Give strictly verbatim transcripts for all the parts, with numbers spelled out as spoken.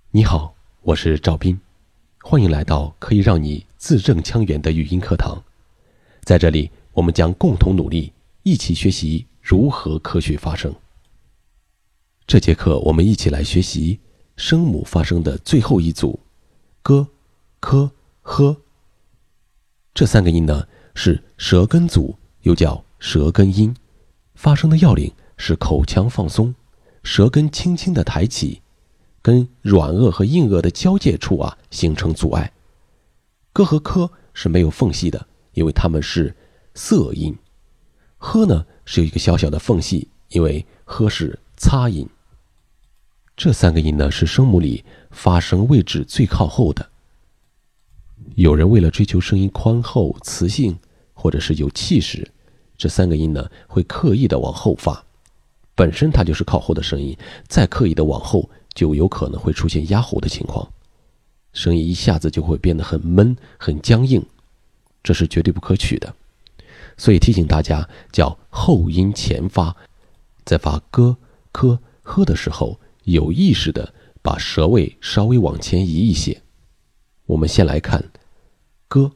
你好，我是赵斌，欢迎来到可以让你字正腔圆的语音课堂。在这里，我们将共同努力，一起学习如何科学发声。这节课我们一起来学习声母发声的最后一组 g、k、h。这三个音呢是舌根组，又叫舌根音。发声的要领是口腔放松，舌根轻轻的抬起，跟软腭和硬腭的交界处啊形成阻碍。g 和 k 是没有缝隙的，因为它们是塞音。h 呢是有一个小小的缝隙，因为 h 是擦音。这三个音呢是声母里发声位置最靠后的。有人为了追求声音宽厚、磁性，或者是有气势，这三个音呢会刻意的往后发。本身它就是靠后的声音，再刻意的往后，就有可能会出现压喉的情况，声音一下子就会变得很闷、很僵硬，这是绝对不可取的。所以提醒大家，叫后音前发，在发 g、k、h 的时候，有意识的把舌位稍微往前移一些。我们先来看 g，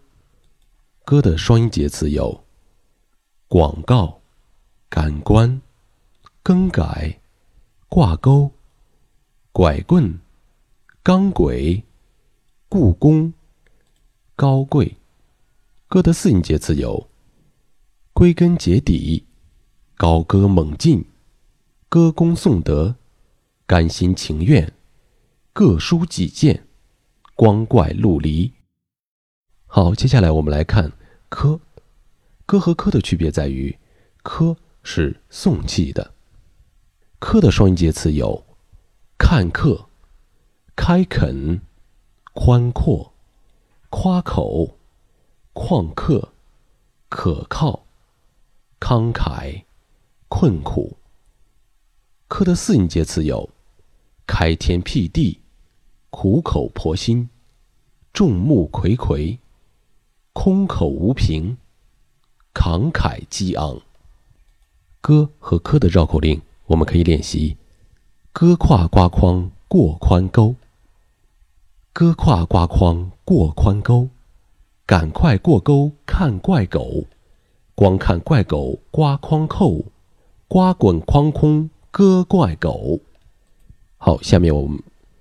g 的双音节词有广告、感官、更改、挂钩、拐棍、钢轨、故宫、高贵。歌的四音节词有归根结底、高歌猛进、歌功颂德、甘心情愿、各抒己见、光怪陆离。好，接下来我们来看科。歌和科的区别在于，科是送气的。科的双音节词有看客、开垦、宽阔、夸口、旷课、可靠、慷慨、困苦。科的四音节词有开天辟地、苦口婆心、众目睽睽、空口无凭、慷慨激昂。歌和科的绕口令我们可以练习：歌跨刮筐过宽沟，歌跨刮筐过宽沟，赶快过沟看怪狗，光看怪狗刮筐扣，刮滚筐空割怪狗。好，下面我们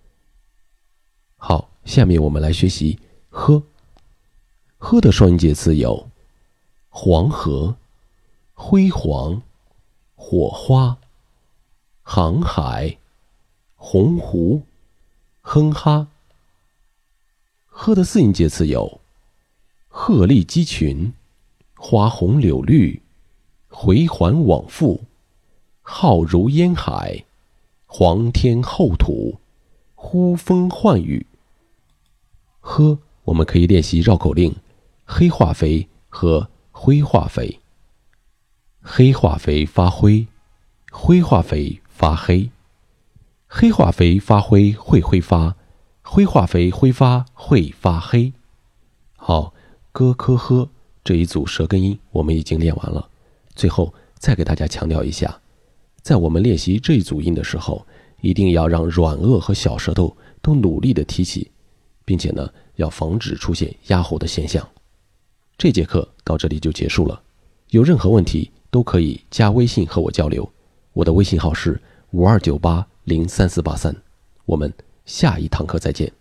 好，下面我们来学习呵。呵的双音节词有黄河、辉煌、火花、航海、鸿鹄、哼哈。呵的四音节词有鹤立鸡群、花红柳绿、回环往复、浩如烟海、黄天厚土、呼风唤雨。呵，我们可以练习绕口令黑化肥和灰化肥。黑化肥发灰，灰化肥发黑。黑化肥发灰会挥发，灰化肥挥发会发黑。好，歌科呵这一组舌根音我们已经练完了。最后再给大家强调一下，在我们练习这一组音的时候，一定要让软腭和小舌头都努力的提起，并且呢要防止出现压喉的现象。这节课到这里就结束了，有任何问题都可以加微信和我交流，我的微信号是五二九八零三四八三，我们下一堂课再见。